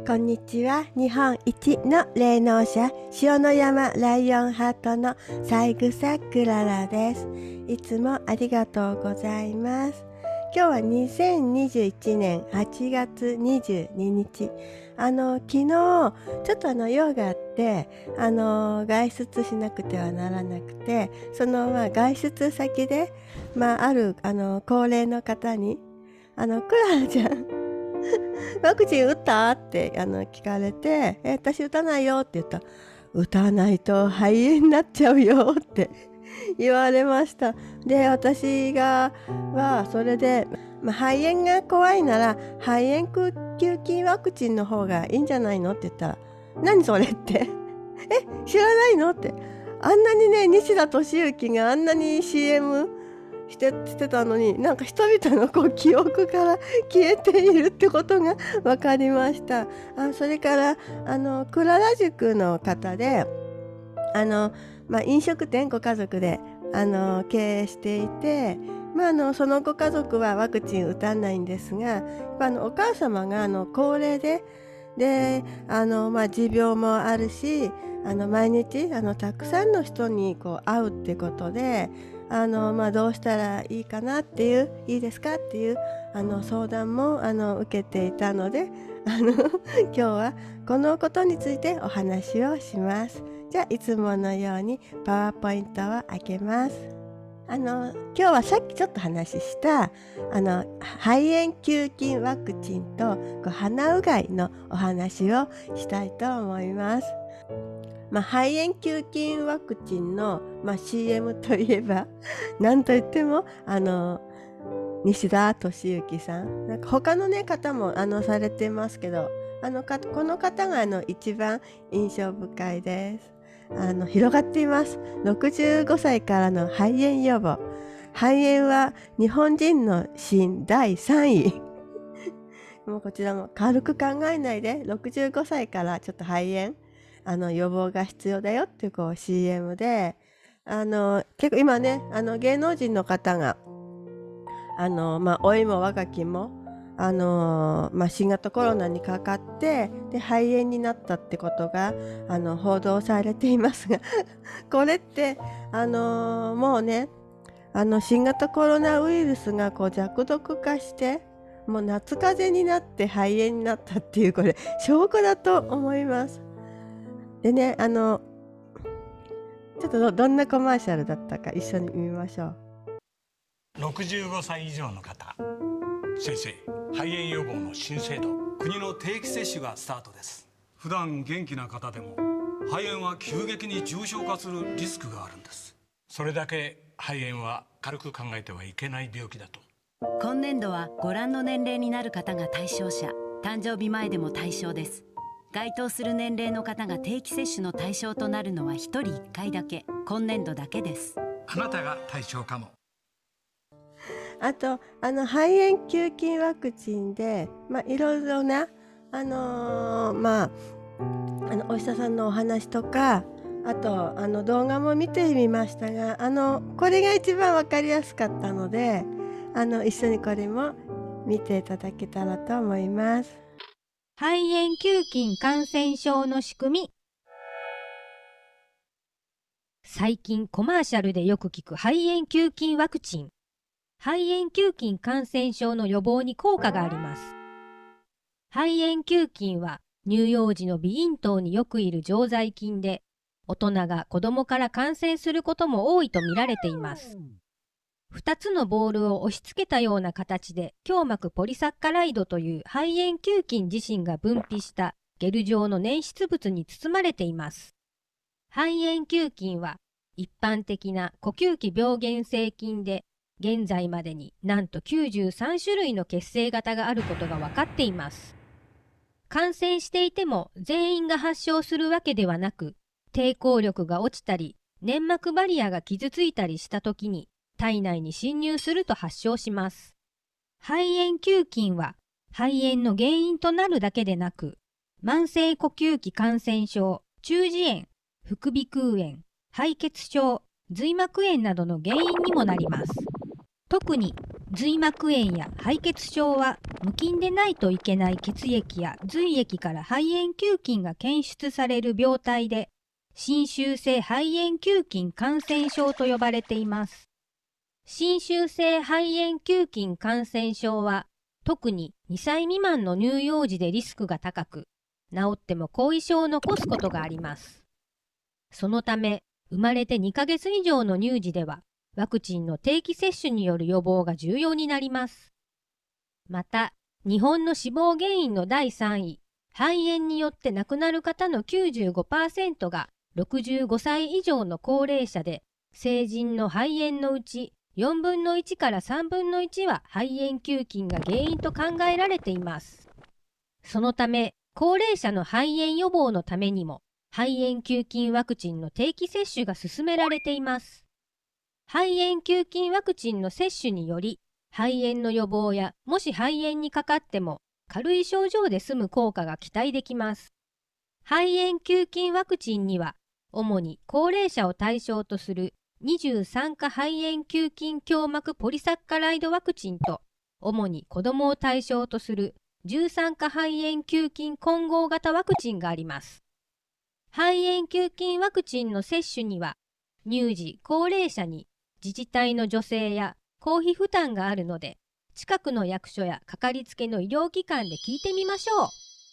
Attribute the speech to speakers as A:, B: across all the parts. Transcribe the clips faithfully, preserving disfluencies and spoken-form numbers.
A: こんにちは。日本一の霊能者、塩の山ライオンハートの三枝クララです。いつもありがとうございます。今日はにせんにじゅういちねんはちがつにじゅうににち。あの、昨日、ちょっとあの、用があって、あの、外出しなくてはならなくて、その、まあ、外出先で、まあ、ある、あの、高齢の方に、あの、クララちゃん、ワクチン打ったってあの聞かれて、え、私打たないよって言ったら、打たないと肺炎になっちゃうよって言われました。で、私がはそれで、まあ、肺炎が怖いなら肺炎球菌ワクチンの方がいいんじゃないのって言ったら、何それってえ、知らないのって、あんなにね、西田敏行があんなに シーエムしてしてたのに、なんか人々のこう記憶から消えているってことが分かりました。あ、それからあのクララ塾の方で、あの、まあ、飲食店ご家族であの経営していて、まあ、あのそのご家族はワクチン打たないんですが、やっぱあのお母様があの高齢でであの、まあ、持病もあるし、あの毎日あのたくさんの人にこう会うってことで、あの、まあ、どうしたらいいかなっていう、いいですかっていうあの相談もあの受けていたので、あの今日はこのことについてお話をします。じゃあいつものようにパワーポイントを開けます。あの今日はさっきちょっと話したあの肺炎球菌ワクチンとこう鼻うがいのお話をしたいと思います。まあ、肺炎球菌ワクチンの、まあ、シーエム といえば何といってもあの西田敏行さん、なんか他の、ね、方もあのされてますけど、あのかこの方があの一番印象深いです。あの広がっています。ろくじゅうごさいからの肺炎予防。肺炎は日本人の死因だいさんいもうこちらも軽く考えないで、ろくじゅうごさいからちょっと肺炎あの予防が必要だよっていうこう シーエム で、あの結構今ね、あの芸能人の方があの、まあ、老いも若きもあの、まあ、新型コロナにかかってで肺炎になったってことがあの報道されていますがこれってあのもうね、あの新型コロナウイルスがこう弱毒化してもう夏風邪になって肺炎になったっていう、これ証拠だと思います。でね、あのちょっと ど, どんなコマーシャルだったか一緒に見ましょ
B: う。ろくじゅうごさい以上の方、先生、肺炎予防の新制度、
C: 国の定期接種がスタートです。普段元気な方でも肺炎は急激に重症化するリスクがあるんです。
B: それだけ肺炎は軽く考えてはいけない病気だと。
D: 今年度はご覧の年齢になる方が対象者、誕生日前でも対象です。該当する年齢の方が定期接種の対象となるのはひとりいっかいだけ、今年度だけです。
C: あなたが対象かも。
A: あとあの肺炎球菌ワクチンで、まあ、いろいろなあのー、まああのお医者さんのお話とか、あとあの動画も見てみましたが、あのこれが一番わかりやすかったので、あの一緒にこれも見ていただけたらと思います。
E: 肺炎球菌感染症の仕組み。最近コマーシャルでよく聞く肺炎球菌ワクチン。肺炎球菌感染症の予防に効果があります。肺炎球菌は乳幼児の鼻咽頭によくいる常在菌で、大人が子供から感染することも多いと見られています。ふたつのボールを押し付けたような形で強膜ポリサッカライドという肺炎球菌自身が分泌したゲル状の粘出物に包まれています。肺炎球菌は一般的な呼吸器病原性菌で、現在までになんときゅうじゅうさんしゅるいの血清型があることが分かっています。感染していても全員が発症するわけではなく、抵抗力が落ちたり粘膜バリアが傷ついたりしたときに体内に侵入すると発症します。肺炎球菌は肺炎の原因となるだけでなく、慢性呼吸器感染症、中耳炎、副鼻腔炎、敗血症、髄膜炎などの原因にもなります。特に髄膜炎や敗血症は無菌でないといけない血液や髄液から肺炎球菌が検出される病態で、侵襲性肺炎球菌感染症と呼ばれています。侵襲性肺炎球菌感染症は、特ににさい未満の乳幼児でリスクが高く、治っても後遺症を残すことがあります。そのため、生まれてにかげつ以上の乳児では、ワクチンの定期接種による予防が重要になります。また、日本の死亡原因のだいさんい、肺炎によって亡くなる方の きゅうじゅうごパーセント がろくじゅうごさい以上の高齢者で、成人の肺炎のうちよんぶんのいちからさんぶんのいちは肺炎球菌が原因と考えられています。そのため、高齢者の肺炎予防のためにも、肺炎球菌ワクチンの定期接種が進められています。肺炎球菌ワクチンの接種により、肺炎の予防や、もし肺炎にかかっても、軽い症状で済む効果が期待できます。肺炎球菌ワクチンには、主に高齢者を対象とするにじゅうさんか肺炎球菌胸膜ポリサッカライドワクチンと、主に子どもを対象とするじゅうさんか肺炎球菌混合型ワクチンがあります。肺炎球菌ワクチンの接種には、乳児・高齢者に自治体の助成や公費負担があるので、近くの役所やかかりつけの医療機関で聞いてみましょう。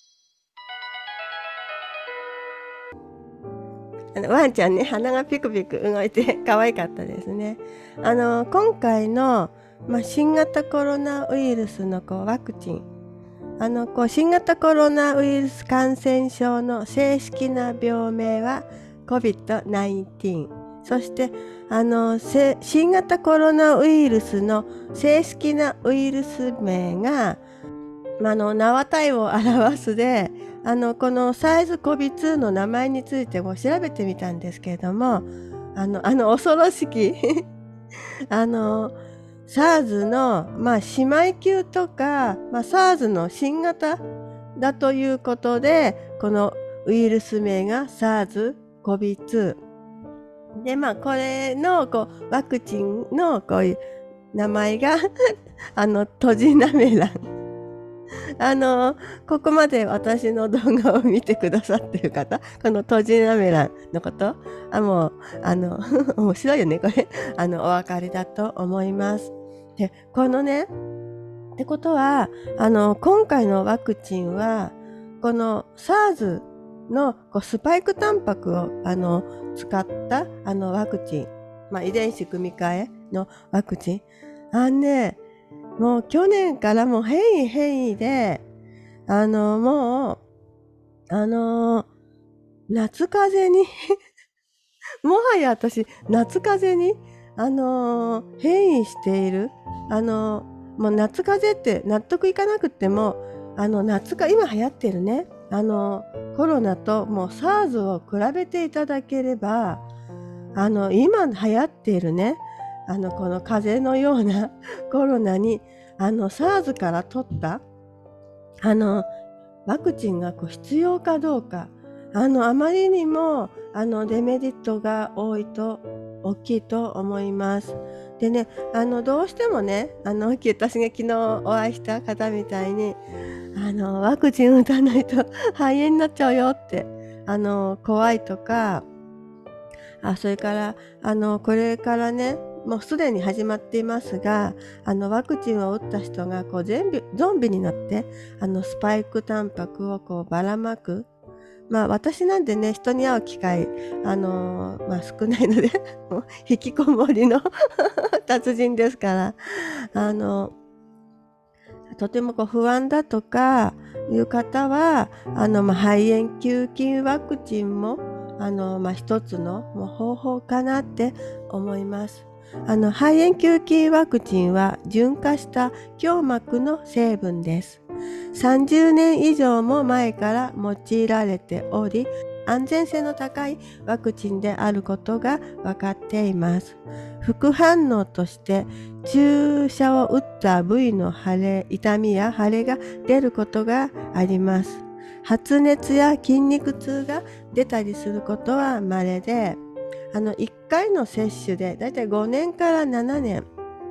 A: あのワンちゃんね、鼻がピクピク動いて可愛かったですね。あの今回の、まあ、新型コロナウイルスのこうワクチン、あのこう新型コロナウイルス感染症の正式な病名は コビッドじゅうきゅう、そしてあの新型コロナウイルスの正式なウイルス名が、まあ、あの名は体を表すで、あのこの サーズコブツー の名前についても調べてみたんですけれども、あのあの恐ろしきあの SARS の、まあ、姉妹級とか、まあ、SARS の新型だということで、このウイルス名が サーズコブツー で、まあこれのこうワクチンのこういう名前があのトジナメラン。あのここまで私の動画を見てくださってる方、このトジナメランのことあもうあの面白いよねこれあのお分かりだと思います。でこのねってことはあの今回のワクチンはこの SARS のこうスパイクタンパクをあの使ったあのワクチン、まあ、遺伝子組み換えのワクチンあのねもう去年からもう変異変異で、あの、もう、あの、夏風邪にもはや私、夏風邪に、あの、変異している。あの、もう夏風邪って納得いかなくっても、あの、夏か、今流行ってるね、あの、コロナともう SARS を比べていただければ、あの、今流行っているね、あのこの風邪のようなコロナにあの SARS から取ったあのワクチンがこう必要かどうか、あのあまりにもあのデメリットが多いと大きいと思います。でね、あのどうしてもね、あの私が昨日お会いした方みたいにあのワクチン打たないと肺炎になっちゃうよってあの怖いとか、あそれからあのこれからねもうすでに始まっていますが、あのワクチンを打った人がこう全部ゾンビになってあのスパイクタンパクをこうばらまく。まあ私なんでね人に会う機会あのー、まあ少ないので引きこもりの達人ですからあのとてもこう不安だとかいう方はあの、まあ、肺炎球菌ワクチンもあの、まあ、一つのもう方法かなって思います。あの肺炎球菌ワクチンは純化した胸膜の成分です。さんじゅうねん以上も前から用いられており、安全性の高いワクチンであることが分かっています。副反応として注射を打った部位の腫れ、痛みや腫れが出ることがあります。発熱や筋肉痛が出たりすることは稀で、あのいっかいの接種でだいたいごねんからななねん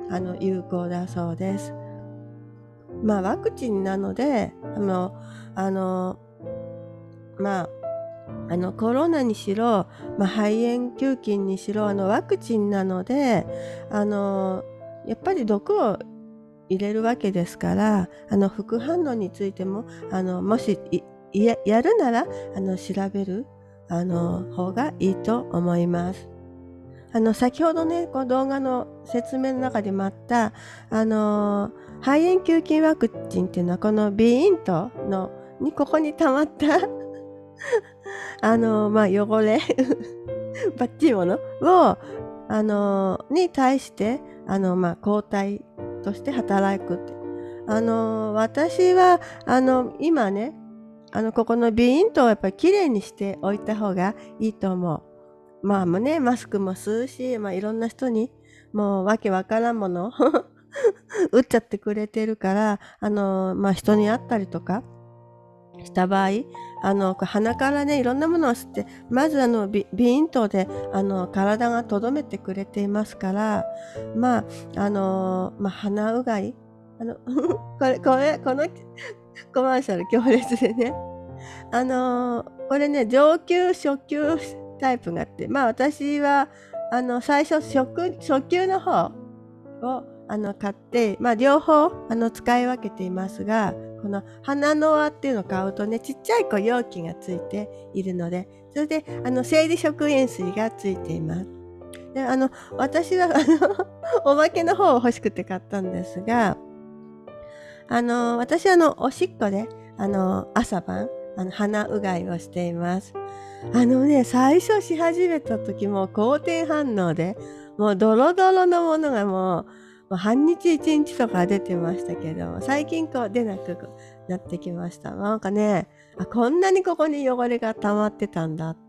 A: あの有効だそうです。まあワクチンなので、あの、あの、まあ、あのコロナにしろ、まあ、肺炎球菌にしろ、あのワクチンなので、あのやっぱり毒を入れるわけですから、あの副反応についても、あのもしや, やるならあの調べるあの方がいいと思います。あの先ほどね、この動画の説明の中でもあったあの肺炎球菌ワクチンっていうのは、この鼻咽頭のにここに溜まったあのまあ汚れバッチリものをあのに対してあのまあ抗体として働くって、あの私はあの今ね、あのここの鼻咽頭をやっぱりきれいにしておいた方がいいと思う。まあもうね、マスクも吸うし、まあいろんな人にもうわけわからんものを打っちゃってくれてるから、あのまあ人に会ったりとかした場合、あの鼻からねいろんなものを吸って、まずあの鼻咽頭であの体がとどめてくれていますから、まああのまあ鼻うがい、あのこれこれこのコマーシャル強烈でね、あのこれね上級初級タイプがあって、まあ私はあの最初初初級の方をあの買って、まあ両方あの使い分けていますが、この鼻の輪っていうのを買うとね、ちっちゃいこう容器がついているので、それであの生理食塩水がついています。で、あの私はあのおまけの方を欲しくて買ったんですが、あの私はあのおしっこであの朝晩あの鼻うがいをしています。あのね、最初し始めた時も好転反応で、もうドロドロのものがもうもう半日一日とか出てましたけど、最近こう出なくなってきました。なんかね、あ、こんなにここに汚れが溜まってたんだって。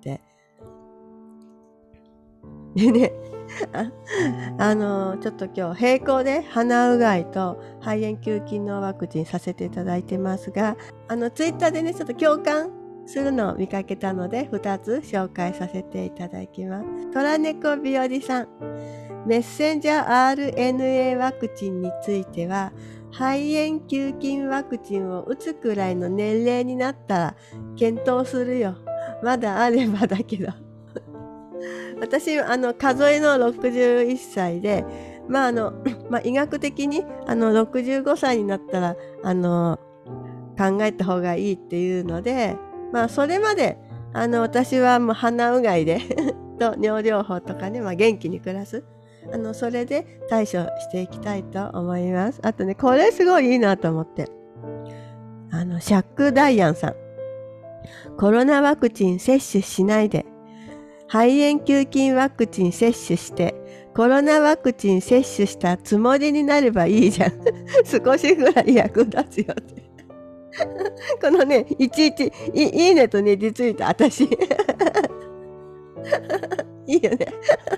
A: でね、あ, あのちょっと今日並行で鼻うがいと肺炎球菌のワクチンさせていただいてますが、あのツイッターでねちょっと共感するのを見かけたのでふたつ紹介させていただきます。トラネコビオリさん、メッセンジャー アールエヌエー ワクチンについては、肺炎球菌ワクチンを打つくらいの年齢になったら検討するよ。まだあればだけど私あの数えのろくじゅういっさいで、まああのまあ、医学的にあのろくじゅうごさいになったらあの考えた方がいいっていうので、まあそれまであの私はもう鼻うがいでと尿療法とかね、まあ、元気に暮らす、あのそれで対処していきたいと思います。あとね、これすごいいいなと思って、あのシャック・ダイアンさん、コロナワクチン接種しないで肺炎球菌ワクチン接種してコロナワクチン接種したつもりになればいいじゃん少しぐらい役立つよってこのね、いちいち い, いいねとねリツイート、私いいよね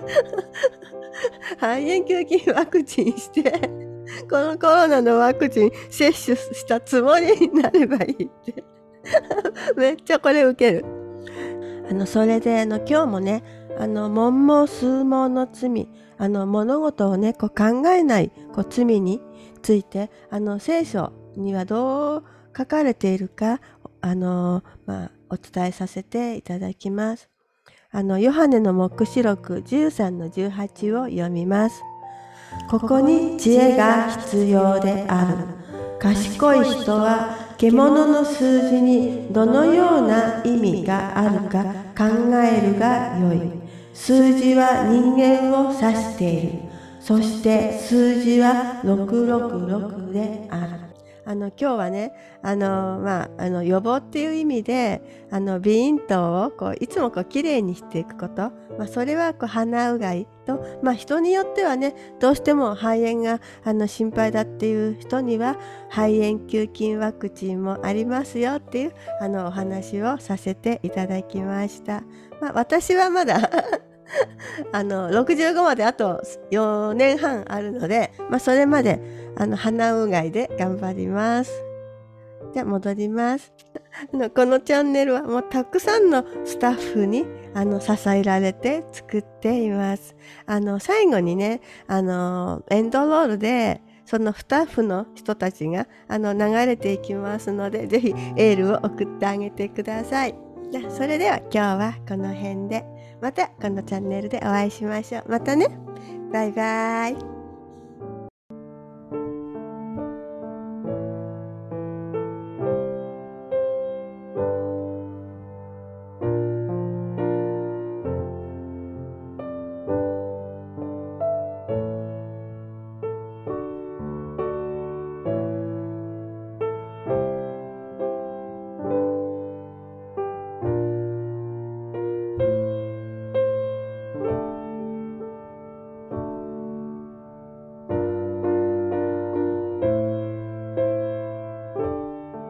A: 肺炎球菌ワクチンしてこのコロナのワクチン接種したつもりになればいいってめっちゃこれウケる。あのそれであの今日もね、あの文盲数盲の罪、あの物事をねこう考えないこう罪について、あの聖書にはどう書かれているか、あの、まあ、お伝えさせていただきます。あのヨハネの黙示録じゅうさんのじゅうはちを読みます。ここに知恵が必要である。賢い人は獣の数字にどのような意味があるか考えるがよい。数字は人間を指している。そして数字はろくろくろくである。あの今日はね、あのまああの予防っていう意味で、あの鼻咽頭をこういつもこうきれいにしていくこと、まあそれはこう鼻うがいと、まあ人によってはね、どうしても肺炎があの心配だっていう人には肺炎球菌ワクチンもありますよっていうあのお話をさせていただきました。まあ私はまだあのろくじゅうごまであとよねんはんあるので、まあそれまであの鼻うがいで頑張ります。 じゃあ戻ります。あのこのチャンネルはもうたくさんのスタッフにあの支えられて作っています。あの最後にね、あのエンドロールでそのスタッフの人たちがあの流れていきますので、ぜひエールを送ってあげてください。じゃあそれでは今日はこの辺で、またこのチャンネルでお会いしましょう。またね。バイバ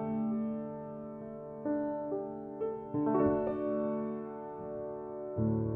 A: イ。you